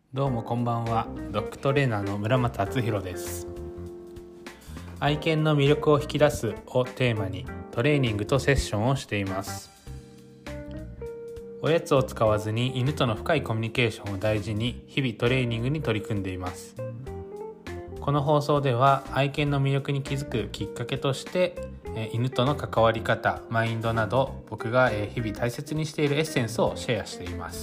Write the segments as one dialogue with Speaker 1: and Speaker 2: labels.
Speaker 1: どうもこんばんは。ドッグトレーナーの村松敦弘です。愛犬の魅力を引き出すをテーマにトレーニングとセッションをしています。おやつを使わずに犬との深いコミュニケーションを大事に日々トレーニングに取り組んでいます。この放送では愛犬の魅力に気づくきっかけとして犬との関わり方、マインドなど僕が日々大切にしているエッセンスをシェアしています。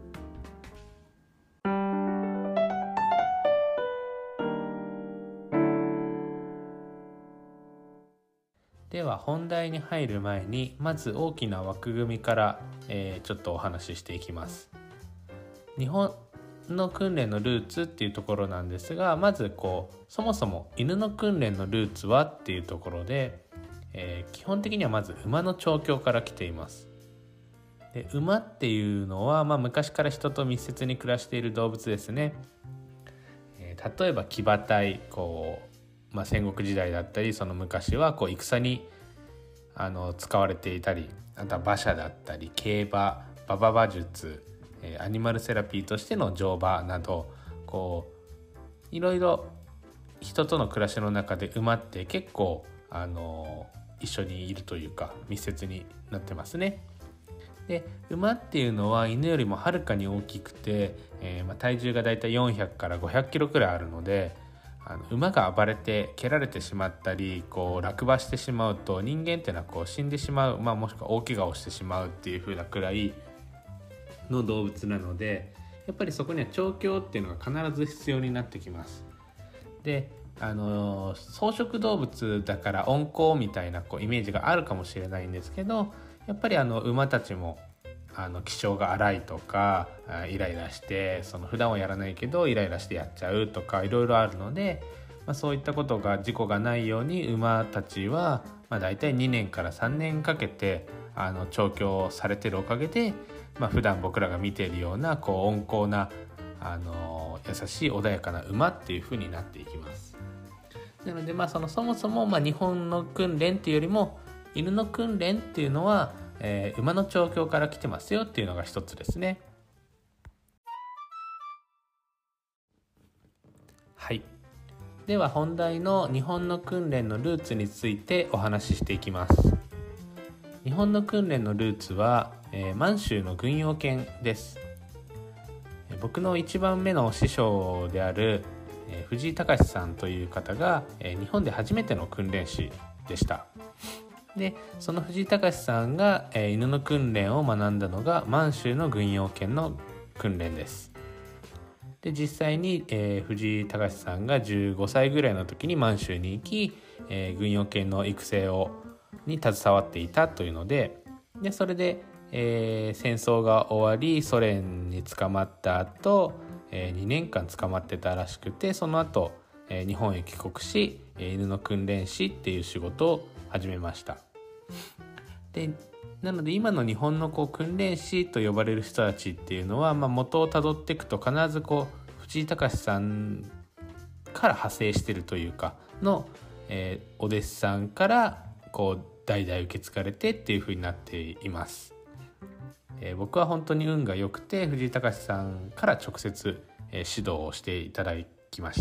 Speaker 1: では本題に入る前にまず大きな枠組みから、ちょっとお話ししていきます。日本の訓練のルーツっていうところなんですが、まずそもそも犬の訓練のルーツはっていうところで、基本的にはまず馬の調教から来ています。で、馬っていうのは、昔から人と密接に暮らしている動物ですね。例えば騎馬隊戦国時代だったり、その昔は戦に使われていたり、あとは馬車だったり競馬、馬場馬術、アニマルセラピーとしての乗馬など、いろいろ人との暮らしの中で馬って結構一緒にいるというか密接になってますね。で、馬っていうのは犬よりもはるかに大きくて、体重がだいたい400から500キロくらいあるので、馬が暴れて蹴られてしまったり落馬してしまうと人間っていうのは死んでしまう、もしくは大怪我をしてしまうっていう風なくらいの動物なので、やっぱりそこには調教っていうのが必ず必要になってきます。で、草食動物だから温厚みたいなイメージがあるかもしれないんですけど、やっぱり馬たちも気性が荒いとかイライラして、普段はやらないけどイライラしてやっちゃうとかいろいろあるので、そういったことが事故がないように馬たちは、だいたい2年から3年かけて調教されてるおかげで、普段僕らが見ているような温厚な優しい穏やかな馬っていう風になっていきます。なのでそもそも日本の訓練っていうよりも犬の訓練っていうのは、馬の調教から来てますよっていうのが一つですね。はい。では本題の日本の訓練のルーツについてお話ししていきます。日本の訓練のルーツは、満州の軍用犬です。僕の一番目の師匠である、藤井隆さんという方が、日本で初めての訓練士でした。で、その藤井隆さんが、犬の訓練を学んだのが満州の軍用犬の訓練です。で、実際に、藤井隆さんが15歳ぐらいの時に満州に行き、軍用犬の育成に携わっていたというので、それで、戦争が終わりソ連に捕まった後、2年間捕まってたらしくて、その後、日本へ帰国し、犬の訓練士っていう仕事を始めました。で、なので今の日本の訓練士と呼ばれる人たちっていうのは、元をたどっていくと必ず藤井隆さんから派生してるというかの、お弟子さんから代々受け継がれてっていう風になっています。僕は本当に運が良くて藤井隆さんから直接、指導をしていただきました。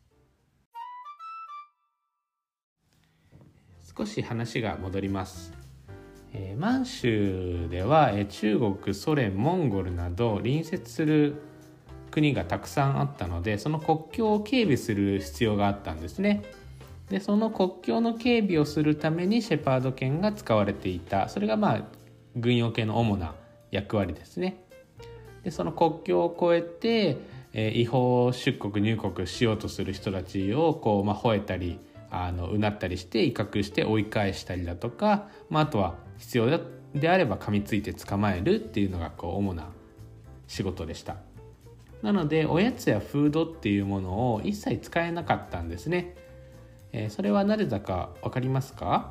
Speaker 1: 少し話が戻ります。満州では、中国、ソ連、モンゴルなど隣接する国がたくさんあったので、その国境を警備する必要があったんですね。で、その国境の警備をするためにシェパード犬が使われていた。それが軍用犬の主な役割ですね。で、その国境を越えて、違法出国入国しようとする人たちを吠えたりうなったりして威嚇して追い返したりだとか、あとは必要であれば噛みついて捕まえるっていうのが主な仕事でした。なのでおやつやフードっていうものを一切使えなかったんですね。それはなぜだか分かりますか？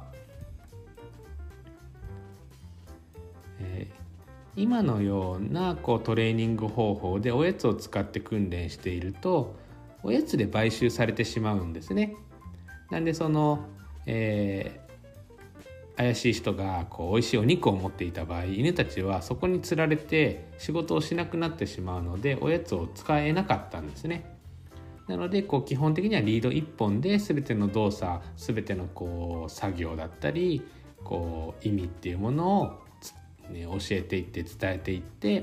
Speaker 1: 今のようなトレーニング方法でおやつを使って訓練しているとおやつで買収されてしまうんですね。なんで怪しい人が美味しいお肉を持っていた場合、犬たちはそこにつられて仕事をしなくなってしまうので、おやつを使えなかったんですね。なので基本的にはリード1本で全ての動作、全ての作業だったり意味っていうものを、教えていって伝えていって、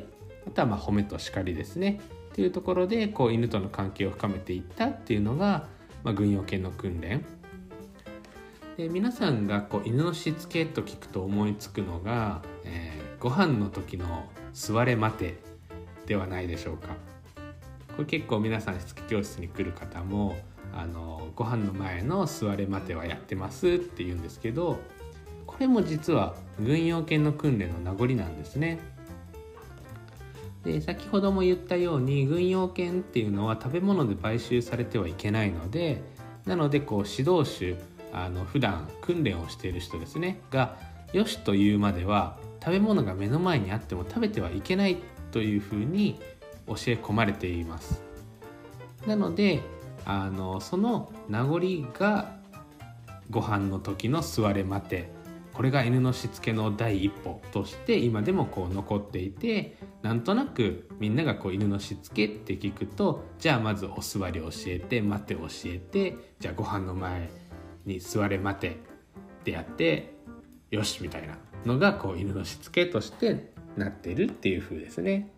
Speaker 1: あとは褒めと叱りですねっていうところで犬との関係を深めていったっていうのが、軍用犬の訓練で、皆さんが犬のしつけと聞くと思いつくのが、ご飯の時の座れ待てではないでしょうか。これ結構皆さんしつけ教室に来る方もご飯の前の座れ待てはやってますって言うんですけど、これも実は軍用犬の訓練の名残なんですね。で、先ほども言ったように軍用犬っていうのは食べ物で買収されてはいけないので、なので指導手、普段訓練をしている人ですねがよしというまでは食べ物が目の前にあっても食べてはいけないというふうに教え込まれています。なのでその名残がご飯の時の座れ待て、これが犬のしつけの第一歩として今でも残っていて、なんとなくみんなが犬のしつけって聞くと、じゃあまずお座り教えて、待て教えて、じゃあご飯の前に座れ待てってやってよしみたいなのが犬のしつけとしてなっているっていう風ですね。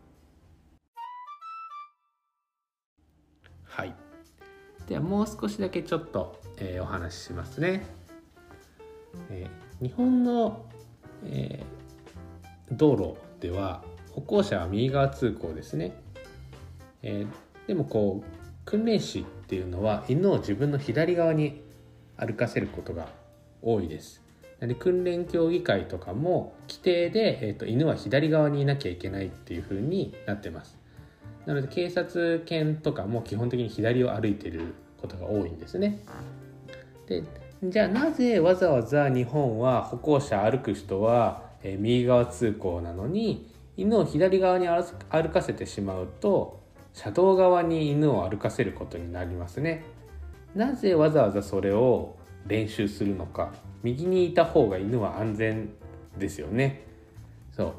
Speaker 1: はい、ではもう少しだけちょっと、お話ししますね。日本の、道路では歩行者は右側通行ですね。でも訓練士っていうのは犬を自分の左側に歩かせることが多いです。で、訓練協議会とかも規定で、犬は左側にいなきゃいけないっていう風になってます。なので警察犬とかも基本的に左を歩いていることが多いんですね。で、じゃあなぜわざわざ日本は歩行者歩く人は右側通行なのに、犬を左側に歩かせてしまうと車道側に犬を歩かせることになりますね。なぜわざわざそれを練習するのか。右にいた方が犬は安全ですよね。そう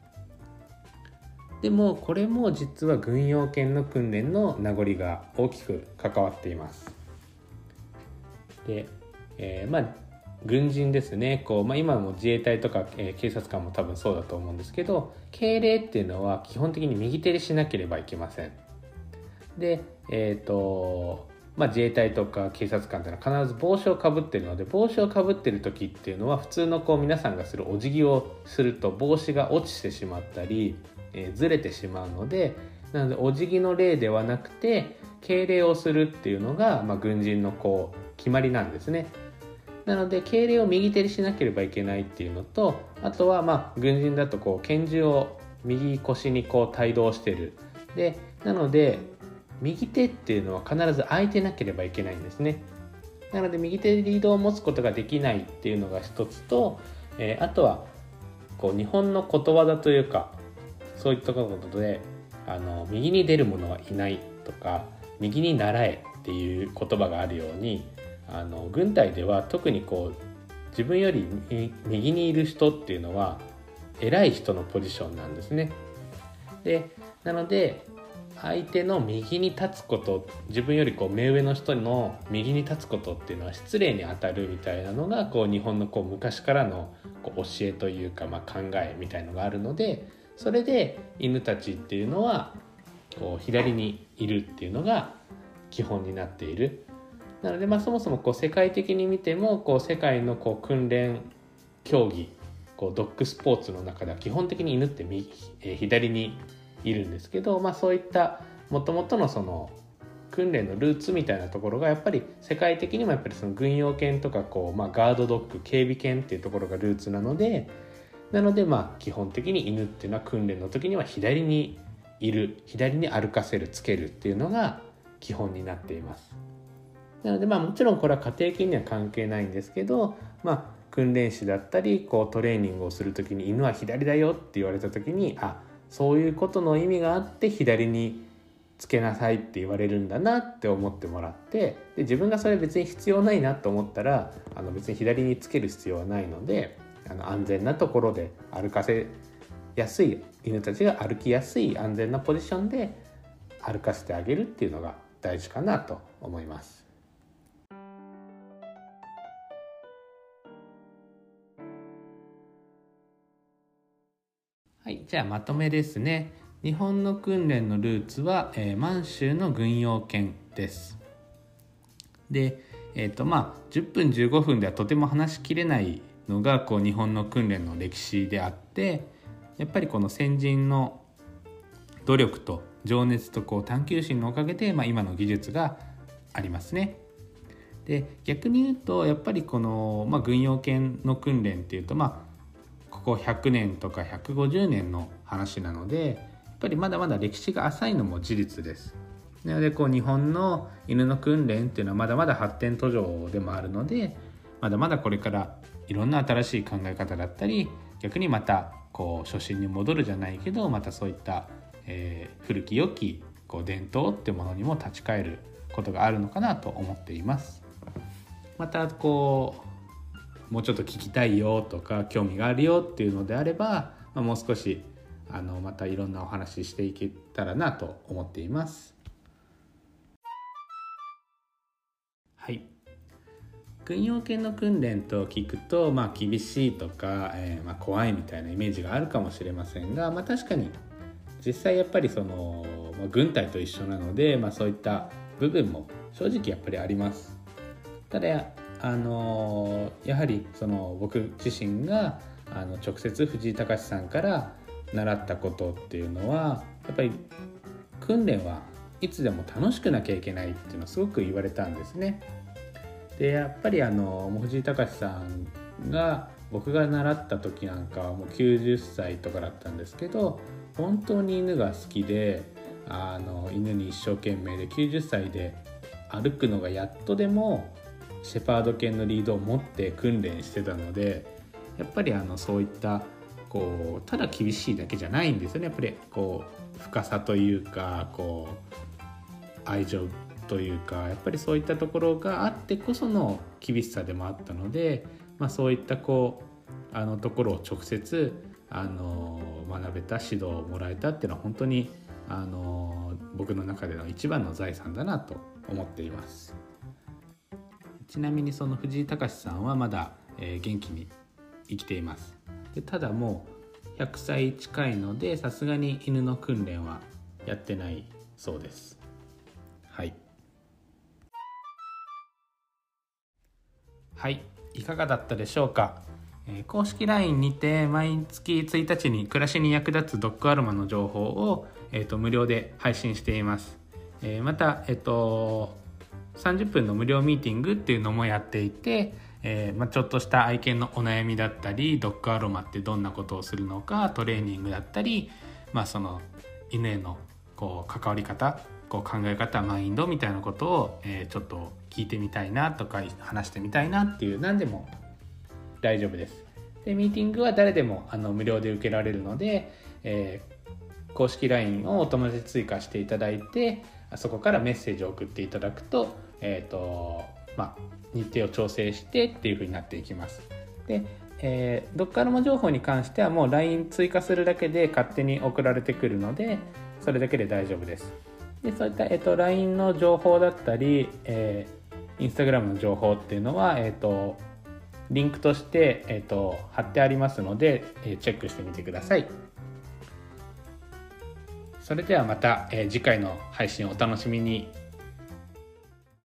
Speaker 1: でもこれも実は軍用犬の訓練の名残が大きく関わっています。で、軍人ですね、今も自衛隊とか、警察官も多分そうだと思うんですけど、敬礼っていうのは基本的に右手でしなければいけません。で、自衛隊とか警察官っていうのは必ず帽子をかぶってるので、帽子をかぶってる時っていうのは普通の皆さんがするお辞儀をすると帽子が落ちてしまったり、ずれてしまうので、なのでお辞儀の礼ではなくて敬礼をするっていうのが、軍人の決まりなんですね。なので敬礼を右手でしなければいけないっていうのと、あとは軍人だと拳銃を右腰に帯同してる。でなので右手っていうのは必ず空いてなければいけないんですね。なので右手でリードを持つことができないっていうのが一つと、あとは日本のことわざというか、そういったことで右に出る者はいないとか、右に習えっていう言葉があるように、軍隊では特に自分より右にいる人っていうのは偉い人のポジションなんですね。でなので相手の右に立つこと、自分より目上の人の右に立つことっていうのは失礼に当たるみたいなのが日本の昔からの教えというか、考えみたいのがあるので、それで犬たちっていうのは左にいるっていうのが基本になっている。なのでそもそも世界的に見ても世界の訓練競技、ドッグスポーツの中では基本的に犬って左にいるんですけど、そういった元々のその訓練のルーツみたいなところがやっぱり世界的にもやっぱりその軍用犬とかガードドッグ、警備犬っていうところがルーツなので、基本的に犬っていうのは訓練の時には左にいる、左に歩かせる、つけるっていうのが基本になっています。なのでもちろんこれは家庭犬には関係ないんですけど、訓練士だったりトレーニングをする時に犬は左だよって言われた時に、そういうことの意味があって左につけなさいって言われるんだなって思ってもらって、で自分がそれ別に必要ないなと思ったら別に左につける必要はないので、安全なところで歩かせやすい、犬たちが歩きやすい安全なポジションで歩かせてあげるっていうのが大事かなと思います。はい、じゃあまとめですね。日本の訓練のルーツは、満州の軍用犬です。で、10分15分ではとても話しきれないのが日本の訓練の歴史であって、やっぱりこの先人の努力と情熱と探求心のおかげで、今の技術がありますね。で、逆に言うとやっぱりこの、軍用犬の訓練っていうとここ100年とか150年の話なので、やっぱりまだまだ歴史が浅いのも事実です。なので日本の犬の訓練っていうのはまだまだ発展途上でもあるので、まだまだこれからいろんな新しい考え方だったり、逆にまた初心に戻るじゃないけど、またそういった、古き良き伝統ってものにも立ち返ることがあるのかなと思っています。またもうちょっと聞きたいよとか興味があるよっていうのであれば、もう少しまたいろんなお話ししていけたらなと思っています。はい、軍用犬の訓練と聞くと、厳しいとか、怖いみたいなイメージがあるかもしれませんが、確かに実際やっぱり軍隊と一緒なので、そういった部分も正直やっぱりあります。ただやはり僕自身が直接藤井隆さんから習ったことっていうのは、やっぱり訓練はいつでも楽しくなきゃいけないっていうのをすごく言われたんですね。でやっぱり藤井隆さんが僕が習った時なんかはもう90歳とかだったんですけど、本当に犬が好きで犬に一生懸命で、90歳で歩くのがやっとでもシェパード犬のリードを持って訓練してたので、やっぱりそういったただ厳しいだけじゃないんですよね。やっぱり深さというか愛情というか、やっぱりそういったところがあってこその厳しさでもあったので、そういったところを直接学べた、指導をもらえたっていうのは本当に僕の中での一番の財産だなと思っています。ちなみに藤井隆さんはまだ、元気に生きています。でただもう100歳近いので、さすがに犬の訓練はやってないそうです。はい、いかがだったでしょうか。公式 LINE にて毎月1日に暮らしに役立つドッグアロマの情報を、無料で配信しています。また、30分の無料ミーティングっていうのもやっていて、ちょっとした愛犬のお悩みだったり、ドッグアロマってどんなことをするのか、トレーニングだったり、犬への関わり方、考え方、マインドみたいなことを、ちょっと聞いてみたいなとか話してみたいなっていう何でも大丈夫です。でミーティングは誰でも無料で受けられるので、公式 LINE をお友達追加していただいて、そこからメッセージを送っていただくと、日程を調整してっていう風になっていきます。で、ドッグアロマ情報に関してはもう LINE 追加するだけで勝手に送られてくるので、それだけで大丈夫です。でそういった、LINE の情報だったり、Instagram の情報っていうのは、リンクとして、貼ってありますので、チェックしてみてください。それではまた、次回の配信をお楽しみに。